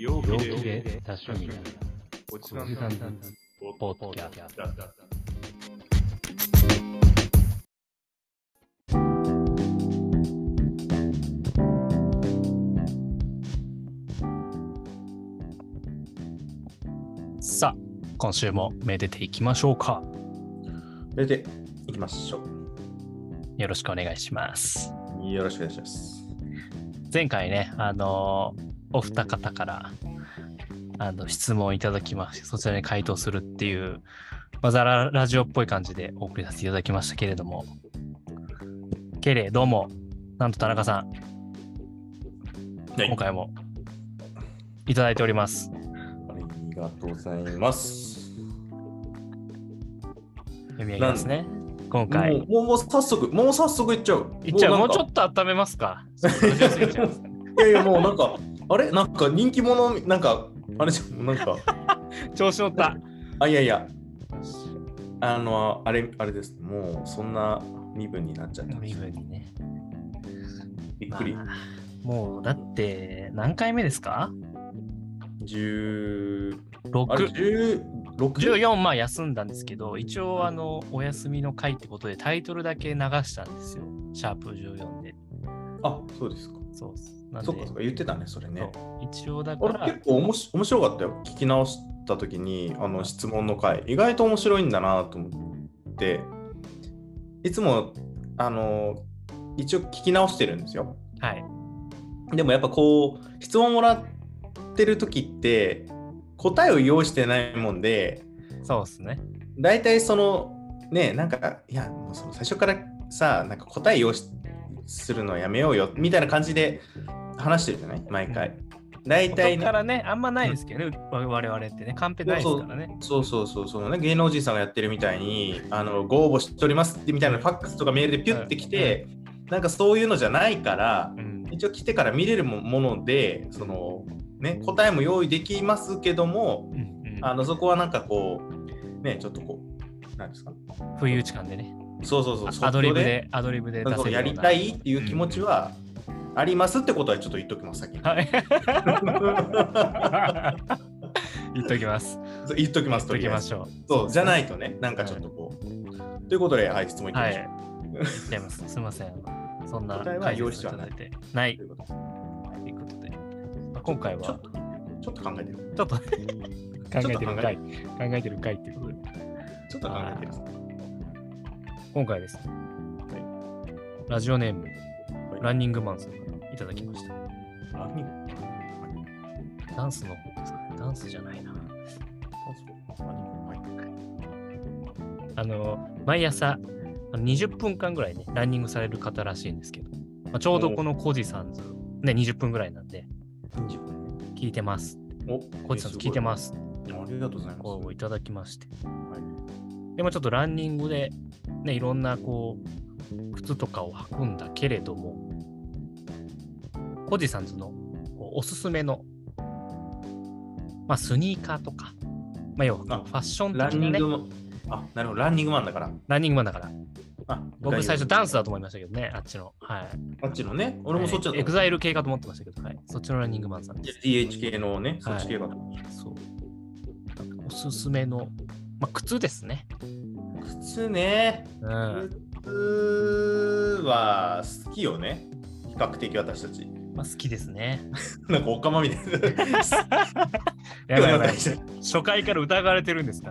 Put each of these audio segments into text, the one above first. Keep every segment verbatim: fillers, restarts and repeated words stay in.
陽気で多趣味なおじさんポッドキャスト。さあ、今週もめでていきましょうか。 めでていきましょう。よろしくお願いします。 よろしくお願いします。 前回ね、あのー、お二方からあの質問をいただきまして、そちらに回答するっていう、まザララジオっぽい感じでお送りさせていただきましたけれども、ケレどうも、なんと田中さん、はい、今回もいただいております。 ありがとうございます。 読み上げますね。今回もう、もう早速、もう早速いっちゃう。 いっちゃう。もうちょっと温めますか。 いやいや、もうなんか、あれなんか人気者、なんか、あれじゃん、なんか。 調子乗った。 あ、いやいや。あの、あれ、あれです。もう、そんな身分になっちゃった。 身分にね。 びっくり。 まあ、もう、だって、何回目ですか ? じゅうろく。 じゅうろく? じゅうよん、まあ休んだんですけど、一応、あの、お休みの回ってことでタイトルだけ流したんですよ。シャープじゅうよんで。 あ、そうですか。 そうです。 そっかそっか、言ってたね、それね。 一応だから。 結構おもし面白かったよ。聞き直したときに、あの質問の回、意外と面白いんだなと思って、いつも、あの、一応聞き直してるんですよ。 はい。 でもやっぱこう、質問もらってるときって、答えを用意してないもんで、 そうですね。 大体その、ね、なんか、いや、もうその最初からさ、なんか答え用意するのやめようよ、みたいな感じで、話してるじゃない毎回。大体ね。からね、あんまないですけどね、うん、我々ってね、カンペないですからね。 そうそうそうそう、ね、芸能人さんがやってるみたいに、あのご応募しておりますってみたいなファックスとかメールでピュッてきて、うんうん、なんかそういうのじゃないから、うん、一応来てから見れるもので、そのね、答えも用意できますけども、うんうん、あのそこはなんかこう、ね、ちょっとこう、なんですか、 不意打ち感でね。 そうそうそう、 アドリブで、アドリブで出せるようなやりたいっていう気持ちは、うんありますってことはちょっと言っときます、先に。はい、 言っときます。 言っときます、 言っときましょう。 そう、じゃないとね、なんかちょっとこう。はい、ということで、はい、質問いきましょう。はい、 言っちゃいます。すみません。そんな解説をいただいてない。ということで、今回はちょっと、ちょっと考えてる。 ちょっと考えてる回。考えてる回っていうことで。 ちょっと考えてる。 今回ですね、はい、ラジオネーム。ランニングマンさんからいただきました。 ランニングダンスの方ですかね。ダンスじゃないな。あの、毎朝にじゅっぷんかんぐらいね、ランニングされる方らしいんですけど、まあ、ちょうどこのコジさんズ、ね、にじゅっぷんぐらいなんで、聞いてます。コジさんズ聞いてます。 ありがとうございます。 こういただきまして。はい、でもちょっとランニングで、ね、いろんなこう、靴とかを履くんだけれども、コジさんズのおすすめの、まあ、スニーカーとか、まあ、要はファッション的なね。 あ、なるほど、ランニングマンだから。 ランニングマンだから。 あ、 僕最初ダンスだと思いましたけどね、あっちの。はい。 あっちのね、俺もそっちだと。 エグザイル系かと思ってましたけど、はい。そっちのランニングマンさんです。 ディーエイチ 系のね、そっち系かと思ってました。 そう。おすすめの、まあ、靴ですね。 靴ね。 うん。 靴は好きよね。比較的私たち。 まあ好きですね。 なんかおかまみたいな。 やばいやばい。初回から疑われてるんですから。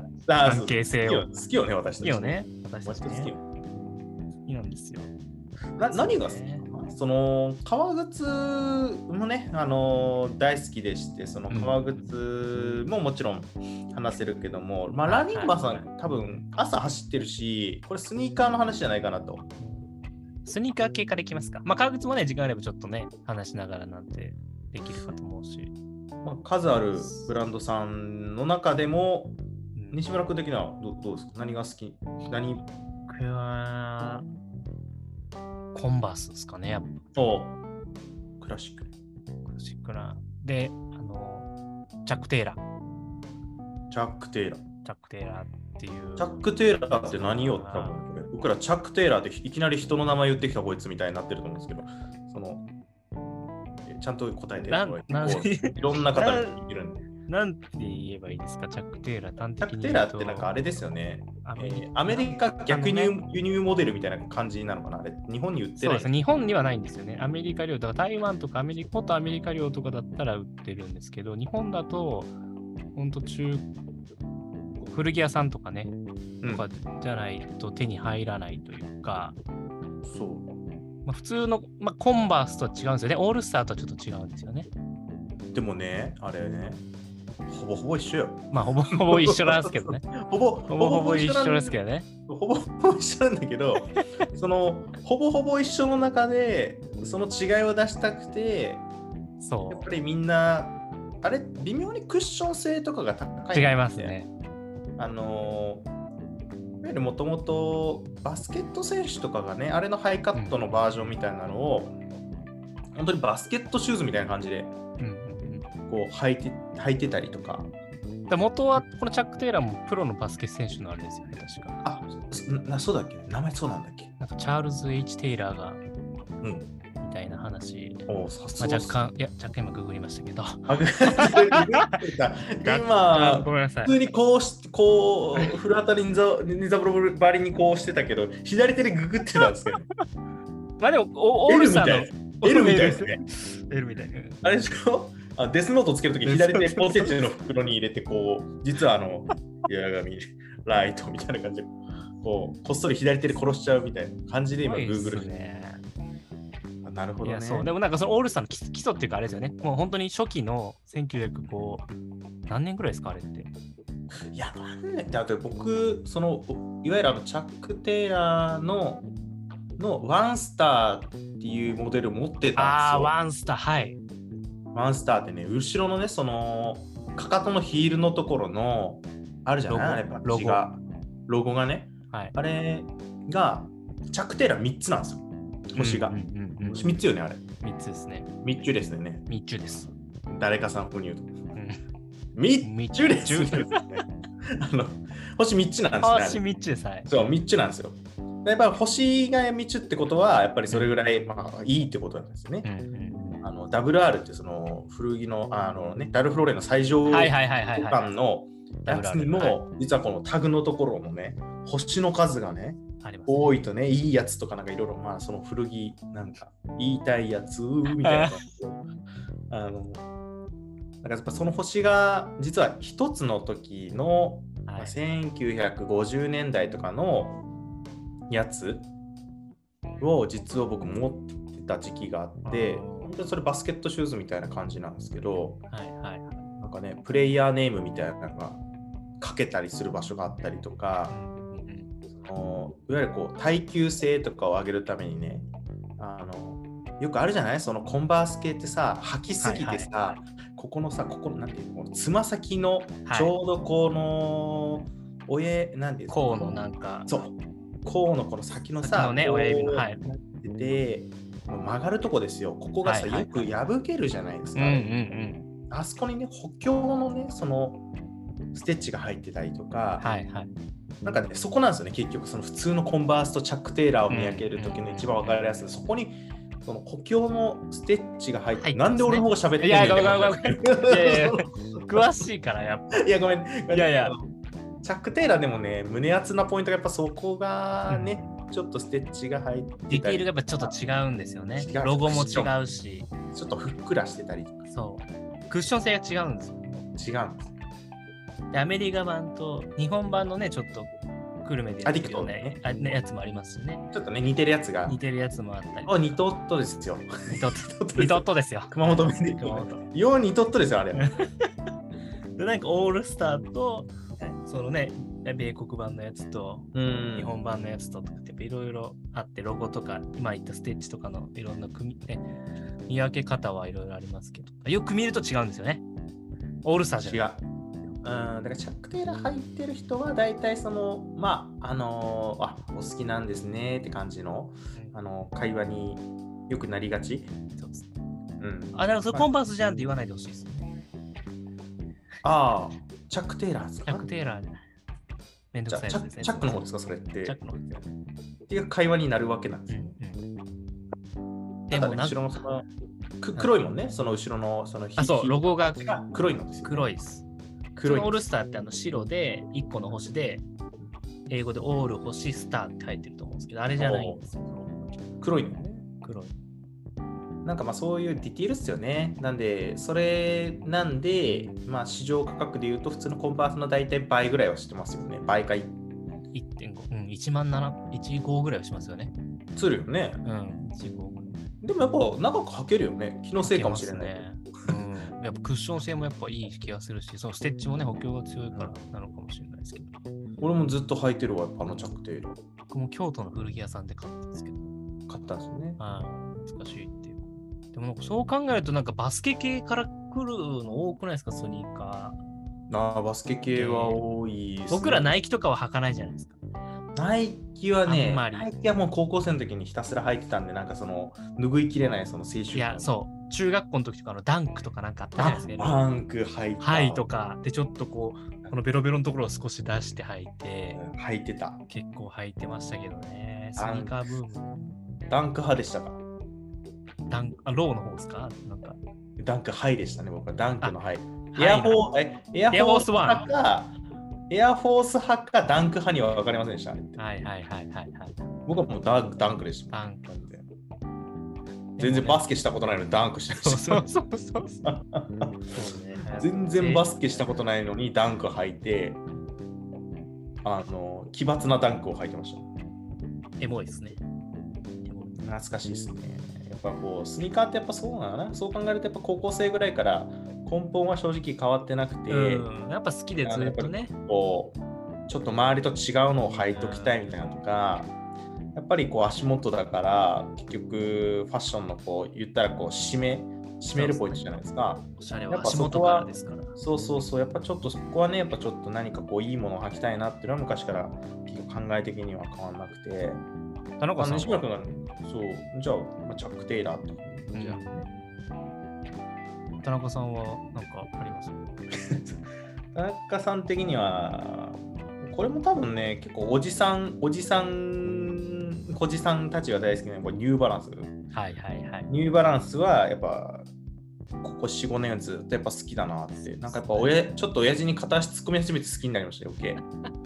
関係性を。 好きよね、私たち。 好きよね。私たち、ね。 好きよ。 好きなんですよ。 な何が好きなの？その革靴もね、あのー、大好きでして、その革靴ももちろん話せるけども、うん、まあランニングマンさん、はいはい、多分朝走ってるし、これスニーカーの話じゃないかなと。 スニーカー系からいきますか。まあ革靴もね、時間あればちょっとね、話しながらなんてできるかと思うし。 まあ、数あるブランドさんの中でも、うん、西村君的には ど, どうですか？何が好き？何？ 僕はコンバースですかね、やっぱ。 おクラシック。 クラシックな。で、あの、チャック・テイラー。 チャック・テイラー。 チャック・テイラーっていう。 チャック・テイラーって何よ？多分僕らチャック・テイラーっていきなり人の名前言ってきたこいつみたいになってると思うんですけど、その、チちゃんと答えてなんなんいろんな方がいるんで。 なんて言えばいいですか、チャック・テイラー。端的にチャック・テイラーってなんかあれですよね。アメリカ、えー、アメリカ逆輸入、輸入モデルみたいな感じなのかな、あれ。日本に売ってない。 そうですね、日本にはないんですよね。アメリカ領とか台湾とかアメリカ、元アメリカ領とかだったら売ってるんですけど、日本だと、本当中、古着屋さんとかね、うん、とかじゃないと手に入らないというか、 そう。 まあ、普通の、まあ、コンバースとは違うんですよね。オールスターとはちょっと違うんですよね。 でもね、あれね、ほぼほぼ一緒よ。 まあ、ほぼほぼ一緒なんですけどね。 ほぼほぼほぼ一緒ですけどね。 ほぼほぼ一緒なんだけど、そのほぼほぼ一緒の中で、その違いを出したくて、 そう。 やっぱりみんな、あれ、微妙にクッション性とかが高い、 ね。違いますね。 あのー、いわゆるもともとバスケット選手とかがね、あれのハイカットのバージョンみたいなのを、うん、本当にバスケットシューズみたいな感じで、うんこう履いて履いてたりとか。 だ元はこのチャック・テイラーもプロのバスケ選手のあれですよね、確か。 あ、なそうだっけ名前そうなんだっけなんかチャールズ・ H ・テイラーが、 うん、 みたいな話。 おさまあ、若干、いや、若干今ググりましたけど。 今、 ごめんなさい。 普通にこうし、こう、フル当たりにザブロばりにこうしてたけど、左手でググってたんですけど。 まあでも、オールスターの。 L みたいですね。 L みたいな。 あれでしょあデスノートつけるとき左手ポテチの袋に入れてこう実はあの八神ライトみたいな感じでこうこっそり左手で殺しちゃうみたいな感じで今グーグルしてね。なるほどね。いやそうでもなんかそのオールスターの基礎っていうかあれですよね。もう本当に初期のせんきゅうひゃくこう何年ぐらいですかあれって。 いや何年だって僕そのいわゆるあのチャック・テイラーののワンスターっていうモデルを持ってたんですよ。 ああワンスターはい。 ワンスターってね、後ろのね、その、かかとのヒールのところの、あるじゃないあれ、バッジが。ロゴがね、はい、あれが、チャック・テイラーみっつなんですよ。星が。うんうんうんうん、みっつよね、あれ。 みっつですね。 みっちゅですね。 みっちゅです。 誰かさん、ここに言うと。みっちゅですね。あの、星みっつなんですね。 星みっつです。はい。 そう、みっつなんですよ。やっぱ星がみっつってことは、やっぱりそれぐらい、まあ、いいってことなんですね。うんうんあの ダブリューアール ってその古着のあの、ね、ラルフ・ローレンの最上版のやつにも実はこのタグのところのね星の数がね多いとねいいやつとかなんかいろいろまあその古着なんか言いたいやつみたいなあのなんかやっぱその星が実は一つの時の、まあ、せんきゅうひゃくごじゅうねんだいとかのやつを実は僕持ってた時期があって本当にそれバスケットシューズみたいな感じなんですけど、はいはい、なんかねプレイヤーネームみたいなのが書けたりする場所があったりとか、そのいわゆるこう耐久性とかを上げるためにねあのよくあるじゃないそのコンバース系ってさ履きすぎてさ、はいはい、ここのさここなんていうのつま先のちょうどこの、はい、親なんていうの甲のなんかそう甲のこの先のさのね親指のはいで曲がるとこですよ。ここがさ、はいはい、よく破けるじゃないですか、ねうんうんうん。あそこにね、補強のね、そのステッチが入ってたりとか、はいはい、なんかね、そこなんですよね、結局、その普通のコンバースとチャック・テイラーを見分けるときの一番分かりやすい、うんうんうん、そこにその補強のステッチが入って、はい、なんで俺の方が喋ってんの、ね、いや、ごめんごめんごめん。 いやいや、詳しいから、やっぱ。 いや、ごめん。 いやいや。 チャック・テイラーでもね、胸熱なポイントがやっぱそこがね、うんちょっとステッチが入ってたりディテールがやっぱちょっと違うんですよね。ロゴも違うし。 ちょっとふっくらしてたりとか。 そう。クッション性が違うんですよ、ね。 違うんです。 でアメリカ版と日本版のね、ちょっと久留米でやってるよね、あねやつもありますしね。 ちょっとね、似てるやつが。 似てるやつもあったり。 あ、ニトットですよ。 ニトット。ニトットですよ。 熊本弁で。熊本。ようニトットですよ、あれ。 で、なんかオールスターと、そのね、米国版のやつと日本版のやつととかっていろいろあってロゴとか今言ったステッチとかのいろんな組み、ね、見分け方はいろいろありますけどよく見ると違うんですよね。オールスターじゃない。 違う。うんだからチャック・テイラー入ってる人は大体そのまああのー、あお好きなんですねって感じの、うん、あの会話によくなりがち。そうです。 うん。あだからそれコンバースじゃんって言わないでほしいですよね。 ああチャック・テイラーですか。 チャック・テイラーじゃない。めんどくさいですね。 チャックの方ですかそれって。 チャックの方ですよ。 っていう会話になるわけなんですよ。うんうん、でもなんか、 後ろのそのく黒いもんね、その後ろのそのあ、そう、ロゴが黒いのですよ、ね。 黒いです。 黒い。 オールスターってあの白でいっこの星で、英語でオール星スターって書いてると思うんですけど、あれじゃないんですよ。 黒いのね。 黒い。 なんかまあそういうディティールっすよね。なんで、それなんで、まあ市場価格で言うと普通のコンバースの大体倍ぐらいはしてますよね。倍かいってんご、うん、いちまんなな、いちごぐらいはしますよね。 するよね。 うん、いちご。 でもやっぱ長く履けるよね。気のせいかもしれない。 ね、うん。やっぱクッション性もやっぱいい気がするし、そのステッチもね、補強が強いからなのかもしれないですけど。 俺もずっと履いてるわ、あのチャックテール。 僕も京都の古着屋さんで買ったんですけど。 買ったんですよね。 ああ、難しいっていう。でもそう考えるとなんかバスケ系から来るの多くないですか、スニーカー。ああ、バスケ系は多いですね。 僕らナイキとかは履かないじゃないですか。 ナイキはね、 ナイキはもう高校生の時にひたすら履いてたんで、なんかその拭いきれないその青春。 いや、そう。中学校の時とかのダンクとかなんかあったじゃないですか。 ダンク履いた。 はいとか、でちょっとこう、このベロベロのところを少し出して履いて、 うん、履いてた。 結構履いてましたけどね。スニーカーブーム。 ダンク派でしたか？ ダンあローの方ですか？なんかダンクハイでしたね、僕は。ダンクのハイ。エアフォー、え、エアフォース派か、エアフォース派かダンク派には分かりませんでした。はいはいはいはいはい。 僕はもうダンク、ダンクでした。 ダンクで。 全然バスケしたことないのにダンクしてました。 そうそうそうそう。 全然バスケしたことないのにダンク履いて、あの、奇抜なダンクを履いてました。 エモいですね。 懐かしいですね。やっぱこう、スニーカーってやっぱそうなのな。そう考えるとやっぱ高校生ぐらいから根本は正直変わってなくて、 うん、やっぱ好きでずっとね。 こう、ちょっと周りと違うのを履いときたいみたいなとか、やっぱりこう足元だから結局ファッションのこう言ったらこう締め締めるポイントじゃないですか。 おしゃれは足元からですから。 そうそうそう、やっぱちょっとそこはね、やっぱちょっと何かこういいものを履きたいなっていうのは昔から結構考え的には変わらなくて。 田中さんは西村君がそうじゃあ、まあ、チャック・テイラーとか、うん、じゃあ田中さんは何かあります田中さん的にはこれも多分ね結構おじさんおじさんおじさんたちが大好きなこれニューバランス。 はいはいはい。 ニューバランスはやっぱここ よん,ご 年ずっとやっぱ好きだなって。なんかやっぱおやちょっと親父に片足突っ込み始めて好きになりましたよ。余計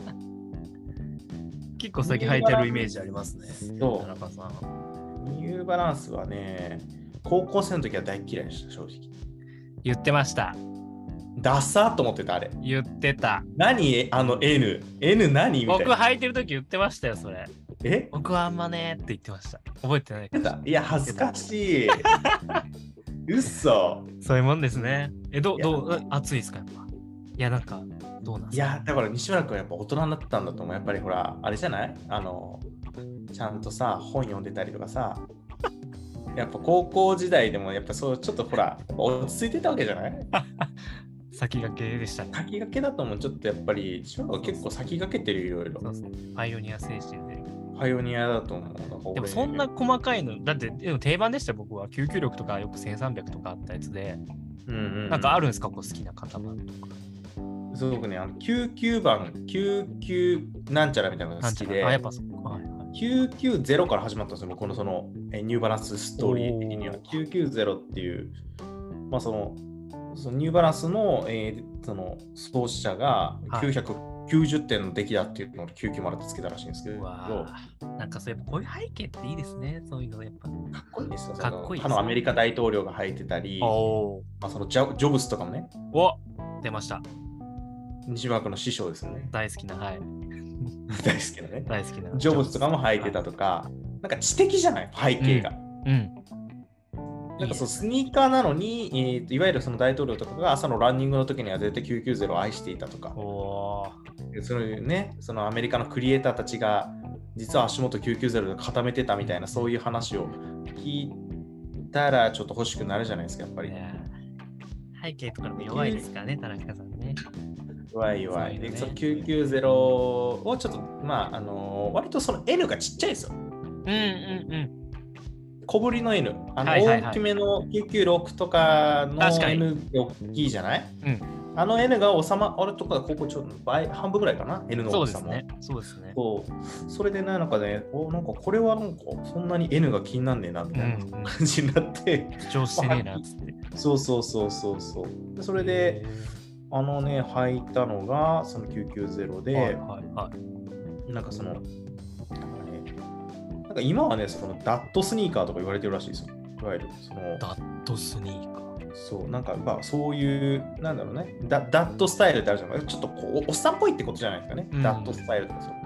結構先履いてるイメージありますね。 そう。 田中さん。 ニューバランスはね、高校生の時は大嫌いでした、正直。 言ってました。 ダッサーと思ってた、あれ。 言ってた。 何あの N。N 何みたいな。 僕履いてる時言ってましたよ、それ。 え僕はあんまねって言ってました。覚えてないかいや、恥ずかしい。うっそ。 そういうもんですね。え、どう、どう、暑いですか、やっぱ。いや、なんか、どうなんですか。 いや、だから西村君はやっぱ大人になったんだと思う。やっぱりほら、あれじゃないあの、ちゃんとさ、本読んでたりとかさ、やっぱ高校時代でもやっぱそう、ちょっとほら、落ち着いてたわけじゃない先駆けでしたね。 先駆けだと思う。ちょっとやっぱり、西村君は結構先駆けてるいろいろ。 そうそう。パイオニア精神で。 パイオニアだと思う。 でもそんな細かいの、だってでも定番でした僕は。吸収力とかよくせんさんびゃくとかあったやつで。 うんうんうん、 なんかあるんですか、こう好きな型番とか。 すごくね、あのきゅうじゅうきゅうばん、きゅうじゅうきゅうなんちゃらみたいなのが好きで、 あ、やっぱそこ、はいはい、 きゅうきゅうゼロから始まったんですよ、このそのえニューバランスストーリー的には。きゅうきゅうゼロっていう、まあその、そのニューバランスの、えー、その創始者がきゅうひゃくきゅうじゅってんの出来だっていうのをきゅうきゅうまるってつけたらしいんですけど、 なんかそうやっぱこういう背景っていいですね、そういうのやっぱ。かっこいいですよ。 かっこいいです、ね。 あのアメリカ大統領が履いてたり、まあ、そのジョ、ジョブスとかもね。 お出ました。 西村君の師匠ですよね。 大好きな、はい。 大好きなね。 大好きな。 ジョブスとかも履いてたとか、なんか知的じゃない背景が。 うん。うんなんかそうスニーカーなのに、えーと、いわゆるその大統領とかが朝のランニングの時には絶対きゅうきゅうゼロを愛していたとか、そういうね、そのアメリカのクリエイターたちが実は足元きゅうきゅうゼロで固めてたみたいな、そういう話を聞いたらちょっと欲しくなるじゃないですか、やっぱり。 背景とかも弱いですからね、田中さんね。 弱い弱い。で、そのきゅうきゅうゼロをちょっと、まあ、あのー、割とその N がちっちゃいですよ。 うんうんうん。 小ぶりの N、あの大きめのきゅうきゅうろくとかの N 大きいじゃない、 うん、 あの N が収ま、あれとか、ここちょっと倍、半分ぐらいかな、N のそう大きさも。 ですね。そうですね。 そう。それでね、なんかね、おなんかこれはなんかそんなに N が気になんねえなみたいな感じになって、 主張してねえなっつって。 そうそうそうそうそう。でそれで、あのね、履いたのがそのきゅうきゅうゼロで、はいはいはい、なんかその、なんかね、なんか今はね、そのダットスニーカーとか言われてるらしいですよ。いわゆるそのダットスニーカー。 そう、なんかまあそういう、なんだろうね、ダ, ダットスタイルってあるじゃないですか。ちょっとこうおっさんっぽいってことじゃないですかね、うん、ダットスタイルとかそう。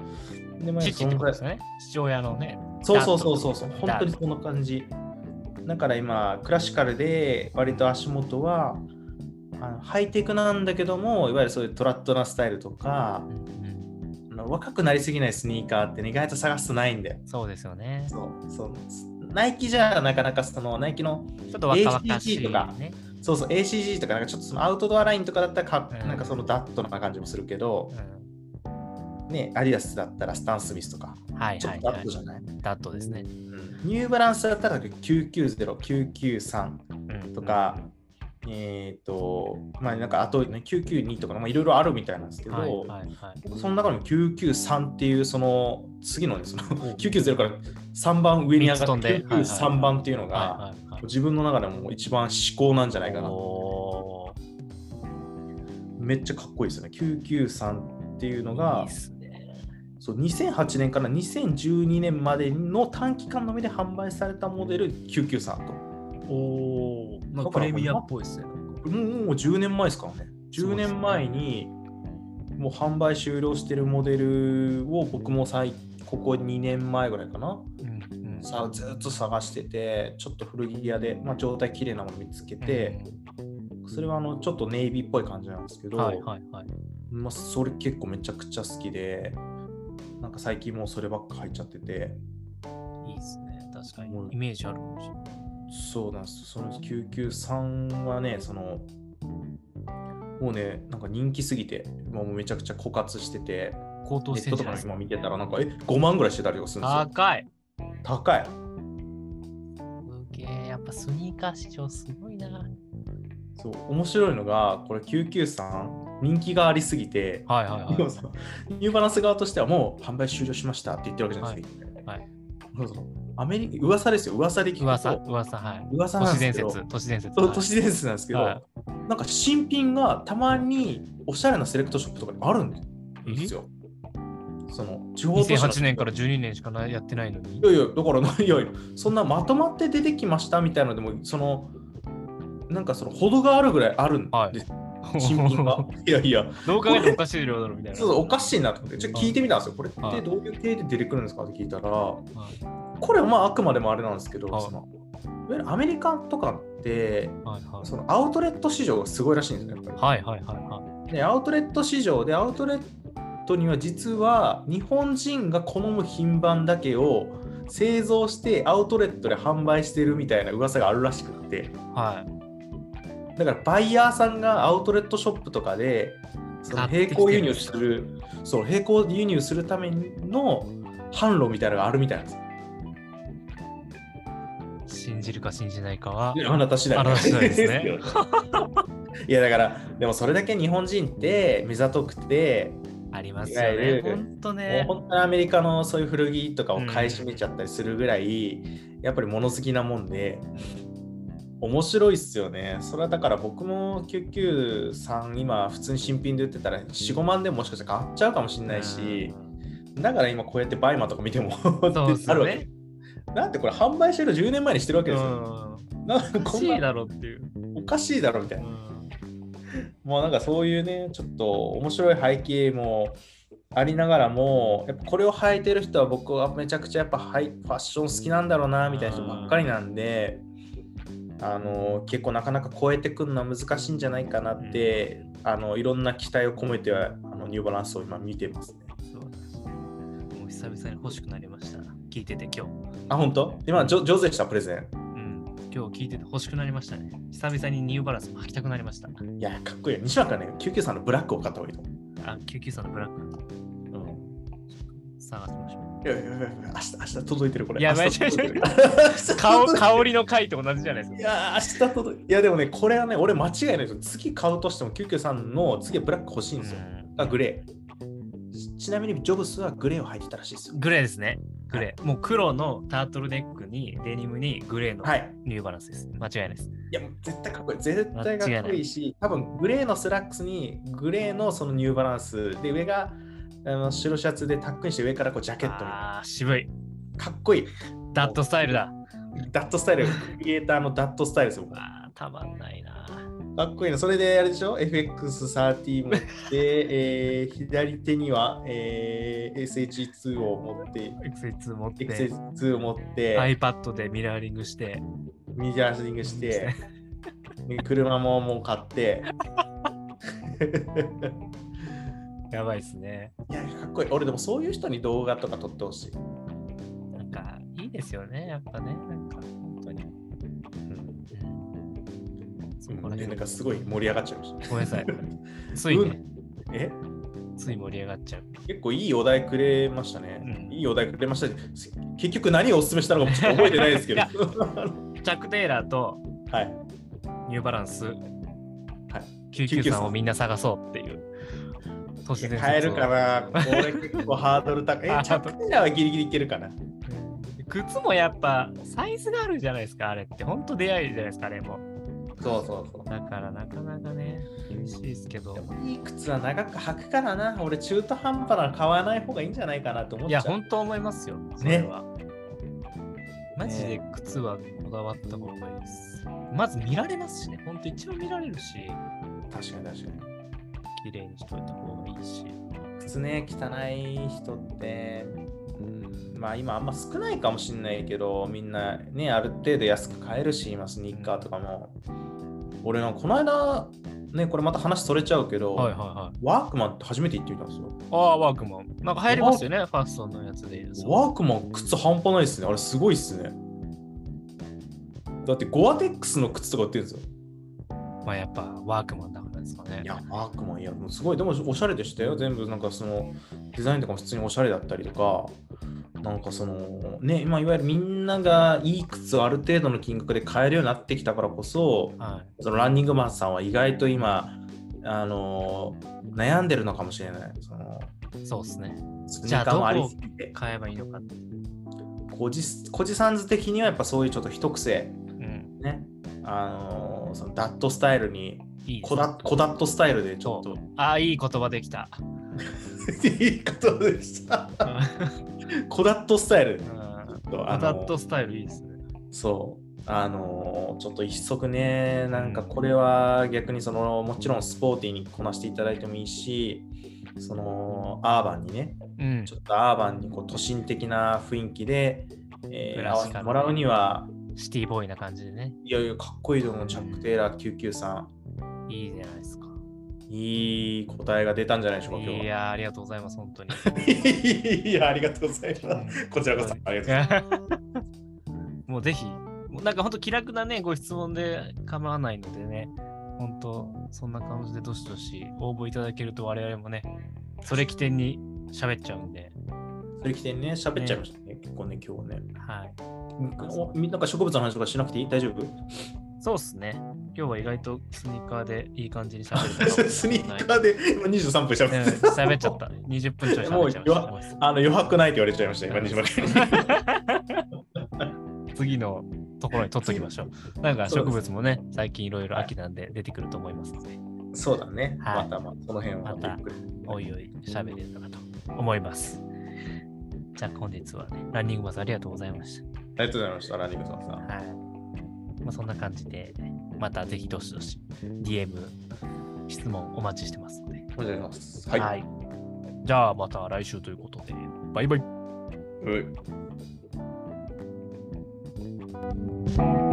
でも、ね、父ってことですね。父親のね。 そうそうそうそうそう、本当にそんな感じ。だから今、クラシカルで割と足元はあのハイテクなんだけども、いわゆるそういうトラッドなスタイルとか、うんうん、あの若くなりすぎないスニーカーって、ね、意外と探すとないんだよ。 そうですよね。 そうそう。ナイキじゃなかなかそのナイキのちょっと若々しい、ね、 エーシージー とか、そうそう エーシージー とかなんかちょっとそのアウトドアラインとかだったらか、うん、なんかそのダットな感じもするけど、うん、ね、アディダスだったらスタン・スミスとか、はいはいはい、ちょっとダットじゃない？ ダットですね。うん、 ニューバランスだったらきゅうきゅうゼロ、きゅうきゅうさんとか、うん、えっ、ー、と、まあなんかあと、ね、きゅうきゅうにとかいろいろあるみたいなんですけど、はいはいはい、その中にもきゅうきゅうさんっていうその次のね、そのきゅうきゅうゼロからさんばん上に上がってきゅうきゅうさんばんっていうのが自分の中でも一番至高なんじゃないかなと。めっちゃかっこいいですよね。きゅうきゅうさんっていうのが、いいっすね、そうにせんはちねんからにせんじゅうにねんまでの短期間のみで販売されたモデルきゅうきゅうさんと。 おー、なんかプレミアっぽいですね。 もう、もうじゅうねんまえですからね。じゅうねんまえにもう販売終了してるモデルを僕も最ここにねんまえぐらいかな、うんうん、さずっと探してて、ちょっと古着屋で、まあ、状態綺麗なもの見つけて、うん、それはあのちょっっとネイビーっぽい感じなんですけど、はいはいはい、まあ、それ結構めちゃくちゃ好きで、なんか最近もうそればっか入っちゃってて。 いいですね、確かにイメージあるかもしれない。 そうなんです。そのきゅうきゅうさんはね、そのもうね、なんか人気すぎて、もうめちゃくちゃ枯渇してて、 高騰してるんじゃないですか。ネットとか今見てたら、なんかえごまんぐらいしてたりとかするんですよ。 高い。 高い。 すげえ、やっぱスニーカー市場すごいな。 そう、面白いのが、これきゅうきゅうさん、人気がありすぎて、はいはいはい、ニューバランス側としてはもう販売終了しましたって言ってるわけじゃないですか。はい。はい、アメリカ、噂ですよ、噂で聞くと。 噂、噂、はい。 噂なんですけど、 都市伝説、 都市伝説なんですけど、はい、なんか新品がたまにおしゃれなセレクトショップとかにあるんですよ。その地方都市にせんはちねんからじゅうにねんしかやってないのに。 いやいや、だから、いやいや、そんなまとまって出てきましたみたいなのでも、その、なんかその、ほどがあるぐらいあるんです、はい、新品が。いやいや、 どう考えてもおかしい量だろみたいな。 そうそう、おかしいなと思って、ちょっと聞いてみたんですよ。これってどういう経緯で出てくるんですかって聞いたら、はい、これはまああくまでもあれなんですけど、はい、そのいわゆるアメリカとかって、はいはい、そのアウトレット市場がすごいらしいんですよね、やっぱり。はいはいはいはい。で、アウトレット市場で、アウトレットには実は日本人が好む品番だけを製造してアウトレットで販売してるみたいな噂があるらしくって、はい、だからバイヤーさんがアウトレットショップとかでその並行輸入する、そう並行輸入するための販路みたいなのがあるみたいなんです。 信じるか信じないかはあなた次第、 あなた次第ですね。 いやだからでもそれだけ日本人って目ざとくてありますよね。本当ね。 本当にアメリカのそういう古着とかを買い占めちゃったりするぐらい、うん、やっぱり物好きなもんで面白いっすよね。それはだから僕もきゅうきゅうさん今普通に新品で売ってたらよん、ごまんでももしかしたら買っちゃうかもしれないし、うん、だから今こうやってバイマとか見てもそうですよね。 なんてこれ販売してるじゅうねんまえにしてるわけですよ。なんかおかしいだろっていう。 おかしいだろみたいな。もうなんかそういうね、ちょっと面白い背景もありながらも、やっぱこれを履いてる人は僕はめちゃくちゃやっぱファッション好きなんだろうなみたいな人ばっかりなんで、あの結構なかなか超えてくるのは難しいんじゃないかなって、うん、あのいろんな期待を込めてはあのニューバランスを今見てますね。 そうです。もう久々に欲しくなりました。聞いてて今日。 あ、本当？今上手でしたプレゼン。 今日聞いてて欲しくなりましたね。久々にニューバランスも履きたくなりました。いや、かっこいいよ。西村からね、きゅうきゅうさんのブラックを買った方がいいと思う。 あ、きゅうきゅうさんのブラック。うん。探しましょやいやいやいや明日、明日届いてるこれ。 いや、 明日届いてる香香りの回と同じじゃないですか。 いや、明日届いていや、でもね、これはね、俺間違いないですよ。次買うとしても、きゅうきゅうさんの次はブラック欲しいんですよ。あ、グレー。ちなみにジョブスはグレーを履いてたらしいですよ。 グレーですね。グレー。はい、もう黒のタートルネックにデニムにグレーのニューバランスです。間違いないです。 いや、絶対かっこいい。絶対かっこいいし、多分グレーのスラックスにグレーのそのニューバランスで、上があの白シャツでタックインして上からこうジャケットみたいな。 あー、渋い。 かっこいい。 ダットスタイルだ。 ダットスタイル。クリエイターのダットスタイルですよ。 あー、たまんないな。 かっこいいな。それであれでしょ エフエックスサーティー 持って、えー、左手には、えー、エスエイチツー を持って、 エスエイチツー 持って、 エスエイチツー を持って、 iPad でミラーリングして、 ミラーリングして、車ももう買って。 やばいっすね。 いや、かっこいい。俺でもそういう人に動画とか撮ってほしい。 なんか、いいですよね、やっぱね。なんか、本当に。 うん、なんかすごい盛り上がっちゃいました。 ごめんなさい。ついね、 うん、えつい盛り上がっちゃう。 結構いいお題くれましたね。うん、いいお題くれました。結局何をおすすめしたのかもちょっと覚えてないですけど。 チャック・テイラーとニューバランス、はい、きゅうきゅうさんをみんな探そうっていう。 都市伝説を買えるかな。これ結構ハードル高い。え、チャック・テイラーはギリギリいけるかな。 靴もやっぱサイズがあるじゃないですか、あれって。本当出会いじゃないですか、あれも。 そうそうそう。 だからなかなかね、厳しいですけど。 いい靴は長く履くからな。俺、中途半端な買わない方がいいんじゃないかなと思っちゃう。 いや、本当思いますよ。それは。ね、マジで靴はこだわった方がいいです。まず見られますしね。本当一応見られるし。 確かに確かに。 綺麗にしといた方がいいし。 靴ね、汚い人って、うん、まあ今あんま少ないかもしれないけど、みんなね、ある程度安く買えるし、今スニッカーとかも。俺のこの間、ね、これまた話それちゃうけど、 はいはいはい、 ワークマンって初めて行ってみたんですよ。 ああ、ワークマン。なんか流行りますよね、ファッションのやつで。 ワークマン、靴半端ないですね。あれすごいっすね。だってゴアテックスの靴とか売ってるんですよ。 まあやっぱワークマンだからですかね。 いや、ワークマン、いや、もうすごい、でもおしゃれでしたよ。全部なんかそのデザインとかも普通におしゃれだったりとか、なんかそのね、まあ、いわゆるみんながいい靴をある程度の金額で買えるようになってきたからこそ、はい、そのランニングマンさんは意外と今、あのー、悩んでるのかもしれない。そのそうですね。 じゃあどこを買えばいいのかって。 コジ、コジサンズ的にはやっぱそういうちょっと一癖、うん、ね、あのー、そのダットスタイルにいいコダ、コダットスタイルでちょっと。 ああ、いい言葉できた。 いい言葉でした。コダットスタイル。 コダットスタイルいいですね。 そう。あのー、ちょっと一足ね、なんかこれは逆にその、もちろんスポーティーにこなしていただいてもいいし、そのアーバンにね、うん、ちょっとアーバンにこう都心的な雰囲気で、えー、合わせてもらうには、 シティボーイな感じでね。 いやいや、かっこいいと思う、チャック・テイラーきゅうきゅうさん。いいじゃないですか。 いい答えが出たんじゃないでしょうか、今日は。 いや、ありがとうございます、本当に。 いや、ありがとうございます。うん、こちらこそ、ありがとうございます。 もうぜひ、なんか本当気楽なね、ご質問で構わないのでね、本当そんな感じでどしどし応募いただけると我々もね、それ起点に喋っちゃうんで。 それ起点にね、喋っちゃいましたね、ね結構ね、今日ね。 はい。 なんか植物の話とかしなくていい？大丈夫？ そうっすね。今日は意外とスニーカーでいい感じに喋れた。 スニーカーで今にじゅうさんぷん喋ってた。 喋っちゃった。にじゅっぷんちょい喋っちゃいました。 あの余白ないって言われちゃいました、今西村君に。次のところに取っときましょう。なんか植物もね、最近いろいろ秋なんで出てくると思いますので。 そうだね。 はい、 またまあその辺はまたおいおい喋れるかと思います。じゃあ本日はね、ランニングマンさんありがとうございました。 ありがとうございました、ランニングマンさん。 はい。まあ、そんな感じで、またぜひどしどし ディーエム、質問お待ちしてますので。 お願いします。はい。はい、 じゃあまた来週ということで、バイバイ。 はい。